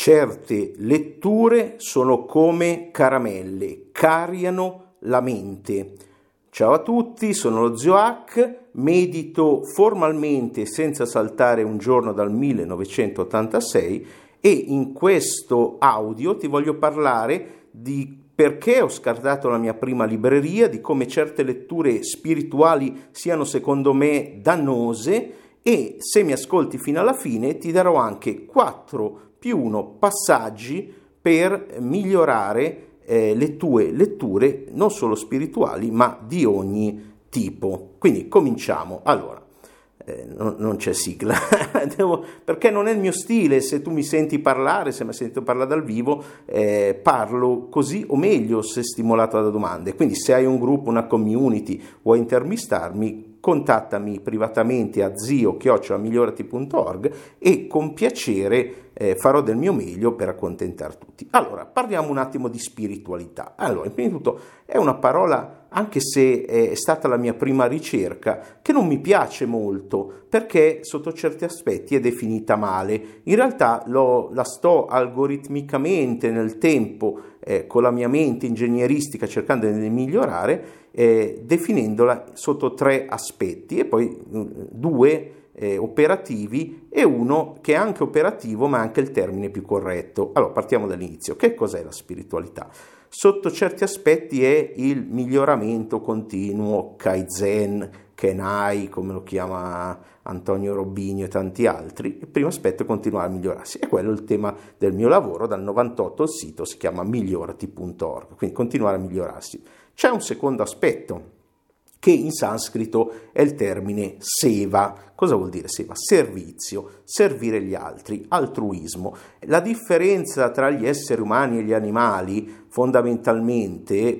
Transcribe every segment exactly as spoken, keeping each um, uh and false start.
Certe letture sono come caramelle, cariano la mente. Ciao a tutti, sono lo Zio Hack, medito formalmente senza saltare un giorno dal millenovecentottantasei e in questo audio ti voglio parlare di perché ho scartato la mia prima libreria, di come certe letture spirituali siano secondo me dannose e se mi ascolti fino alla fine ti darò anche quattro più uno passaggi per migliorare eh, le tue letture non solo spirituali ma di ogni tipo. Quindi cominciamo. Allora, eh, non, non c'è sigla Devo, perché non è il mio stile. Se tu mi senti parlare, se mi senti parlare dal vivo, eh, parlo così o meglio se stimolato da domande. Quindi se hai un gruppo, una community, vuoi intervistarmi, contattami privatamente a zio chiocciola migliorati punto org e con piacere eh, farò del mio meglio per accontentare tutti. Allora, parliamo un attimo di spiritualità. Allora, prima di tutto è una parola, anche se è stata la mia prima ricerca, che non mi piace molto perché sotto certi aspetti è definita male. In realtà lo, la sto algoritmicamente nel tempo eh, con la mia mente ingegneristica cercando di migliorare, Eh, definendola sotto tre aspetti e poi mh, due eh, operativi e uno che è anche operativo ma anche il termine più corretto. Allora partiamo dall'inizio. Che cos'è la spiritualità? Sotto certi aspetti è il miglioramento continuo, Kaizen, Kenai, come lo chiama Antonio Robinho e tanti altri. Il primo aspetto è continuare a migliorarsi, e quello è il tema del mio lavoro. Dal novantotto il sito si chiama migliorati punto org, quindi continuare a migliorarsi. C'è un secondo aspetto che in sanscrito è il termine seva. Cosa vuol dire seva? Servizio, servire gli altri, altruismo. La differenza tra gli esseri umani e gli animali fondamentalmente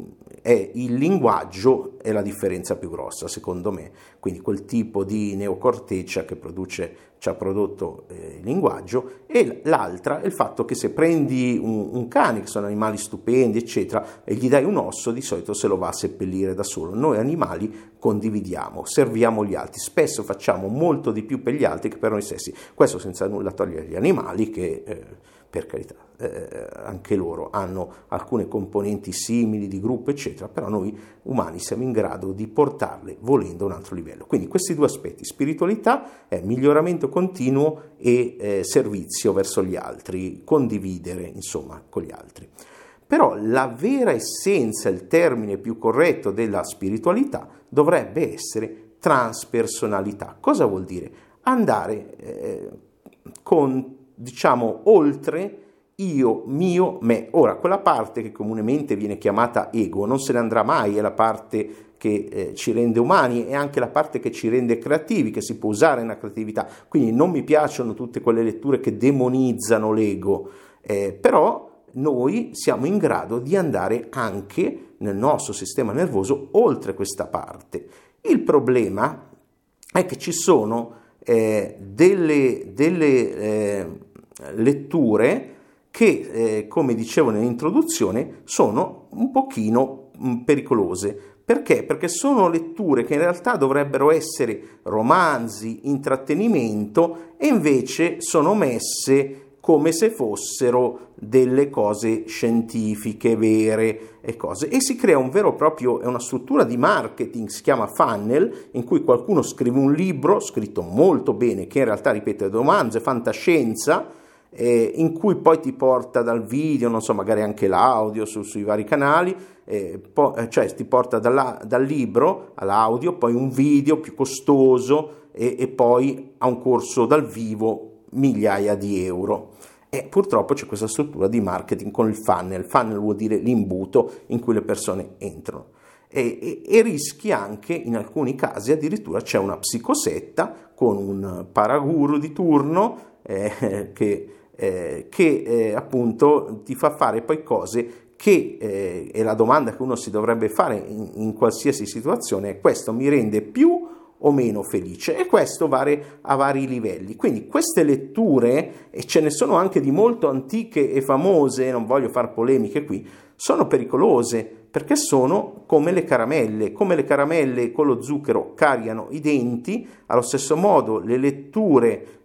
è il linguaggio, è la differenza più grossa secondo me. Quindi quel tipo di neocorteccia che produce, ci ha prodotto eh, il linguaggio, e l'altra è il fatto che se prendi un, un cane, che sono animali stupendi eccetera, e gli dai un osso, di solito se lo va a seppellire da solo. Noi animali condividiamo, serviamo gli altri, spesso facciamo molto di più per gli altri che per noi stessi. Questo senza nulla togliere gli animali che eh, per carità eh, anche loro hanno alcune componenti simili di gruppo eccetera, però noi umani siamo in grado di portarle volendo a un altro livello. Quindi questi due aspetti, spiritualità è miglioramento continuo e eh, servizio verso gli altri, condividere insomma con gli altri. Però la vera essenza, il termine più corretto della spiritualità dovrebbe essere transpersonalità. Cosa vuol dire? Andare eh, con, diciamo, oltre io, mio, me. Ora, quella parte che comunemente viene chiamata ego non se ne andrà mai, è la parte che eh, ci rende umani, è anche la parte che ci rende creativi, che si può usare nella creatività. Quindi non mi piacciono tutte quelle letture che demonizzano l'ego, eh, però noi siamo in grado di andare anche nel nostro sistema nervoso oltre questa parte. Il problema è che ci sono eh, delle, delle eh, letture che, eh, come dicevo nell'introduzione, sono un pochino mh, pericolose. Perché? Perché sono letture che in realtà dovrebbero essere romanzi, intrattenimento, e invece sono messe come se fossero delle cose scientifiche, vere e cose. E si crea un vero e proprio, è una struttura di marketing, si chiama funnel, in cui qualcuno scrive un libro, scritto molto bene, che in realtà ripete romanzo, fantascienza, eh, in cui poi ti porta dal video, non so, magari anche l'audio su, sui vari canali, eh, po- cioè ti porta dalla, dal libro all'audio, poi un video più costoso e, e poi a un corso dal vivo migliaia di euro. E purtroppo c'è questa struttura di marketing con il funnel. Funnel vuol dire l'imbuto in cui le persone entrano. E, e, e rischi anche, in alcuni casi addirittura c'è una psicosetta con un paraguru di turno eh, che, eh, che eh, appunto ti fa fare poi cose che eh, è la domanda che uno si dovrebbe fare in, in qualsiasi situazione, è: questo mi rende più o meno felice? E questo vale a vari livelli. Quindi queste letture, e ce ne sono anche di molto antiche e famose, non voglio fare polemiche qui, sono pericolose perché sono come le caramelle. Come le caramelle con lo zucchero cariano i denti, allo stesso modo le letture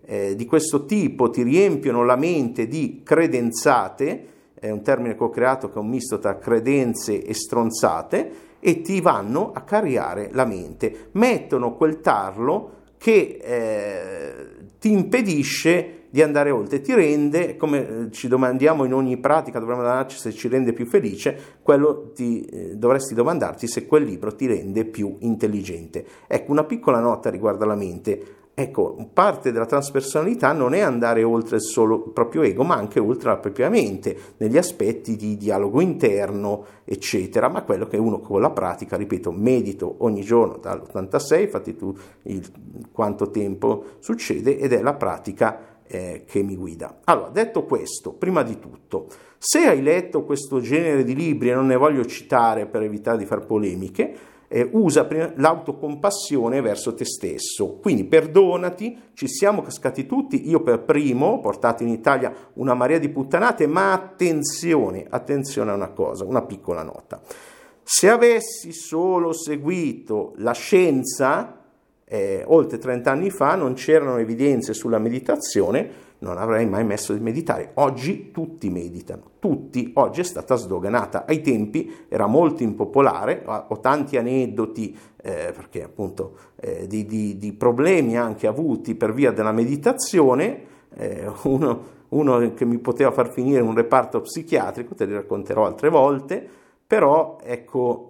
eh, di questo tipo ti riempiono la mente di credenzate, è un termine che ho creato che è un misto tra credenze e stronzate, e ti vanno a caricare la mente, mettono quel tarlo che eh, ti impedisce di andare oltre, ti rende, come ci domandiamo in ogni pratica, dovremmo domandarci se ci rende più felice, quello ti, eh, dovresti domandarti se quel libro ti rende più intelligente. Ecco, una piccola nota riguardo alla mente. Ecco, parte della transpersonalità non è andare oltre il solo il proprio ego, ma anche oltre la propria mente, negli aspetti di dialogo interno, eccetera, ma quello che uno con la pratica, ripeto, medito ogni giorno dall'ottantasei, fatti tu il, quanto tempo succede, ed è la pratica eh, che mi guida. Allora, detto questo, prima di tutto, se hai letto questo genere di libri, e non ne voglio citare per evitare di far polemiche, Eh, usa l'autocompassione verso te stesso, quindi perdonati, ci siamo cascati tutti, io per primo ho portato in Italia una marea di puttanate, ma attenzione, attenzione a una cosa, una piccola nota: se avessi solo seguito la scienza, eh, oltre trenta anni fa non c'erano evidenze sulla meditazione, non avrei mai messo di meditare. Oggi tutti meditano, tutti, oggi è stata sdoganata. Ai tempi era molto impopolare, ho tanti aneddoti, eh, perché appunto eh, di, di, di problemi anche avuti per via della meditazione, eh, uno, uno che mi poteva far finire in un reparto psichiatrico, te li racconterò altre volte, però ecco,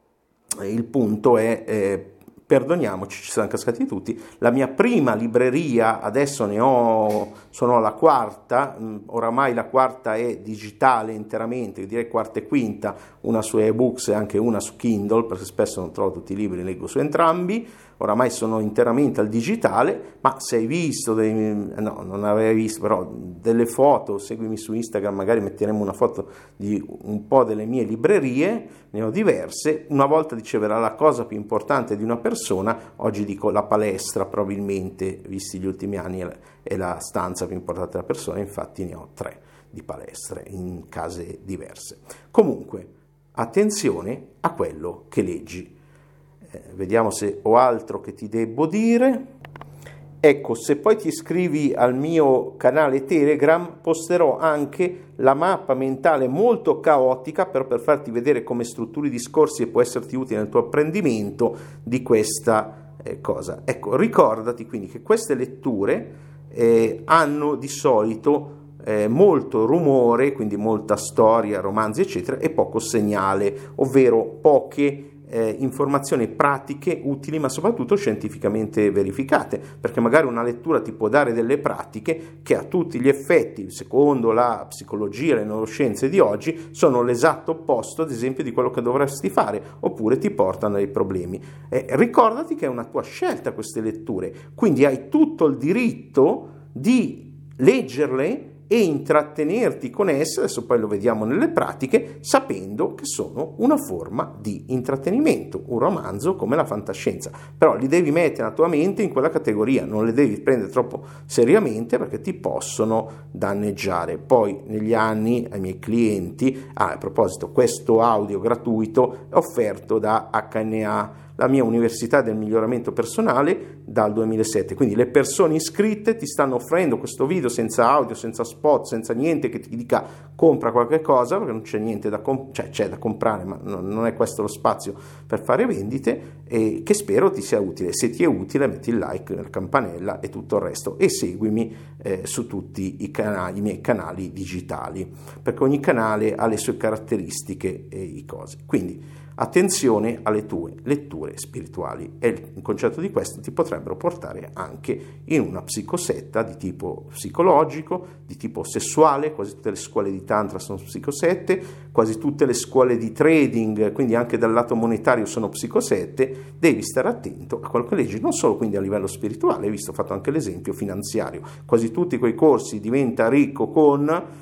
il punto è... Eh, perdoniamoci, ci siamo cascati tutti. La mia prima libreria, adesso ne ho, sono alla quarta, oramai la quarta è digitale interamente, direi quarta e quinta, una su ebooks e anche una su Kindle, perché spesso non trovo tutti i libri, leggo su entrambi, oramai sono interamente al digitale. Ma se hai visto, dei, no, non avrei visto, però delle foto, seguimi su Instagram, magari metteremo una foto di un po' delle mie librerie, ne ho diverse. Una volta dicevo era la cosa più importante di una persona, oggi dico la palestra, probabilmente, visti gli ultimi anni, è la stanza più importante della persona, infatti ne ho tre di palestre in case diverse. Comunque, attenzione a quello che leggi. Eh, vediamo se ho altro che ti debbo dire. Ecco, se poi ti iscrivi al mio canale Telegram, posterò anche la mappa mentale molto caotica, però per farti vedere come strutturi discorsi e può esserti utile nel tuo apprendimento di questa eh, cosa. Ecco, ricordati quindi che queste letture eh, hanno di solito eh, molto rumore, quindi molta storia, romanzi, eccetera, e poco segnale, ovvero poche Eh, informazioni pratiche utili, ma soprattutto scientificamente verificate, perché magari una lettura ti può dare delle pratiche che a tutti gli effetti, secondo la psicologia e le neuroscienze di oggi, sono l'esatto opposto, ad esempio, di quello che dovresti fare, oppure ti portano dei problemi. Eh, ricordati che è una tua scelta queste letture, quindi hai tutto il diritto di leggerle e intrattenerti con esse, adesso poi lo vediamo nelle pratiche, sapendo che sono una forma di intrattenimento, un romanzo come la fantascienza, però li devi mettere nella tua mente in quella categoria, non le devi prendere troppo seriamente perché ti possono danneggiare. Poi negli anni ai miei clienti, ah, a proposito, questo audio gratuito è offerto da H N A, la mia università del miglioramento personale, dal duemilasette, quindi le persone iscritte ti stanno offrendo questo video senza audio, senza spot, senza niente che ti dica compra qualche cosa, perché non c'è niente da comp- cioè c'è da comprare, ma non è questo lo spazio per fare vendite, e che spero ti sia utile. Se ti è utile metti il like, la campanella e tutto il resto, e seguimi eh, su tutti i canali, i miei canali digitali, perché ogni canale ha le sue caratteristiche e i cose. Quindi attenzione alle tue letture spirituali, e il concetto di questo ti potrebbero portare anche in una psicosetta di tipo psicologico, di tipo sessuale. Quasi tutte le scuole di tantra sono psicosette, quasi tutte le scuole di trading, quindi anche dal lato monetario, sono psicosette. Devi stare attento a quello che leggi, non solo quindi a livello spirituale, visto, ho fatto anche l'esempio finanziario, quasi tutti quei corsi diventa ricco con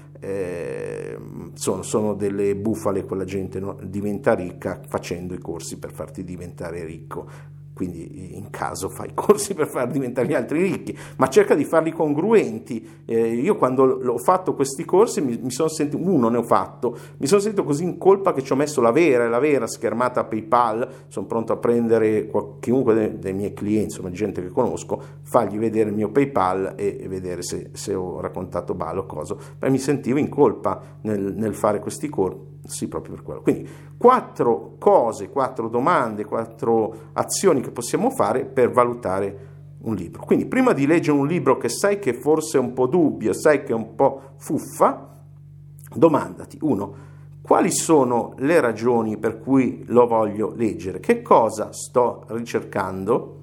Eh, sono, sono delle bufale, quella gente no, diventa ricca facendo i corsi per farti diventare ricco. quindi in caso fai corsi per far diventare gli altri ricchi, ma cerca di farli congruenti. Eh, io quando ho fatto questi corsi mi, mi sono sentito, uno ne ho fatto, mi sono sentito così in colpa che ci ho messo la vera, la vera schermata PayPal, sono pronto a prendere qual- chiunque dei, dei miei clienti, insomma gente che conosco, fargli vedere il mio PayPal e, e vedere se, se ho raccontato bale o cosa, ma mi sentivo in colpa nel, nel fare questi corsi. Sì, proprio per quello. Quindi quattro cose, quattro domande, quattro azioni che possiamo fare per valutare un libro. Quindi prima di leggere un libro che sai che forse è un po' dubbio, sai che è un po' fuffa, domandati, uno, quali sono le ragioni per cui lo voglio leggere? Che cosa sto ricercando?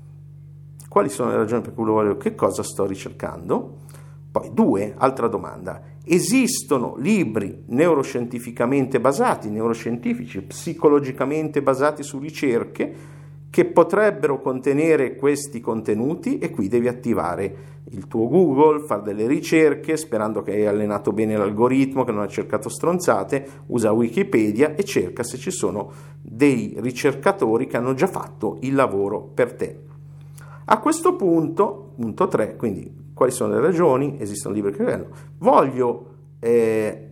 Quali sono le ragioni per cui lo voglio? Che cosa sto ricercando? Poi due, altra domanda, esistono libri neuroscientificamente basati, neuroscientifici, psicologicamente basati su ricerche che potrebbero contenere questi contenuti? E qui devi attivare il tuo Google, fare delle ricerche, sperando che hai allenato bene l'algoritmo, che non hai cercato stronzate, usa Wikipedia e cerca se ci sono dei ricercatori che hanno già fatto il lavoro per te. A questo punto, punto tre, quindi quali sono le ragioni? Esistono libri che vengono. Voglio eh,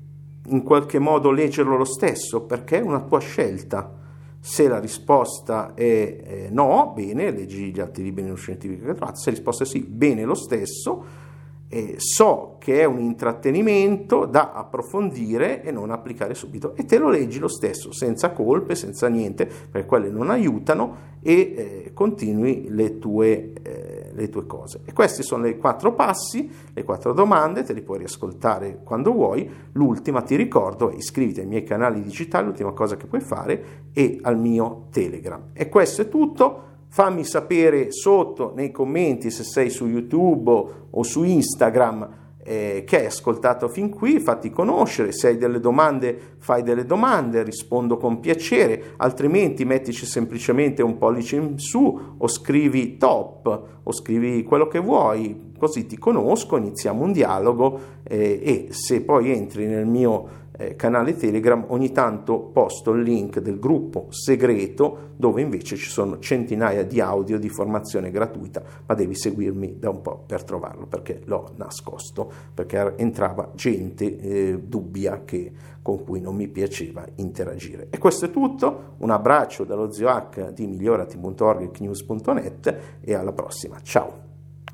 in qualche modo leggerlo lo stesso, perché è una tua scelta. Se la risposta è eh, no, bene, leggi gli altri libri neuroscientifici che trovate. Se la risposta è sì, bene lo stesso. Eh, so che è un intrattenimento da approfondire e non applicare subito, e te lo leggi lo stesso, senza colpe, senza niente, perché quelle non aiutano, e eh, continui le tue, eh, le tue cose. E questi sono i quattro passi, le quattro domande, te li puoi riascoltare quando vuoi. L'ultima, ti ricordo, è iscriviti ai miei canali digitali, l'ultima cosa che puoi fare, e al mio Telegram. E questo è tutto. Fammi sapere sotto nei commenti, se sei su YouTube o su Instagram, eh, che hai ascoltato fin qui, fatti conoscere. Se hai delle domande, fai delle domande, rispondo con piacere, altrimenti mettici semplicemente un pollice in su o scrivi top o scrivi quello che vuoi, così ti conosco, iniziamo un dialogo, eh, e se poi entri nel mio Eh, canale Telegram, ogni tanto posto il link del gruppo segreto, dove invece ci sono centinaia di audio di formazione gratuita, ma devi seguirmi da un po' per trovarlo, perché l'ho nascosto, perché entrava gente eh, dubbia che, con cui non mi piaceva interagire. E questo è tutto, un abbraccio dallo zio H di migliorati punto org e knews punto net, e alla prossima, ciao!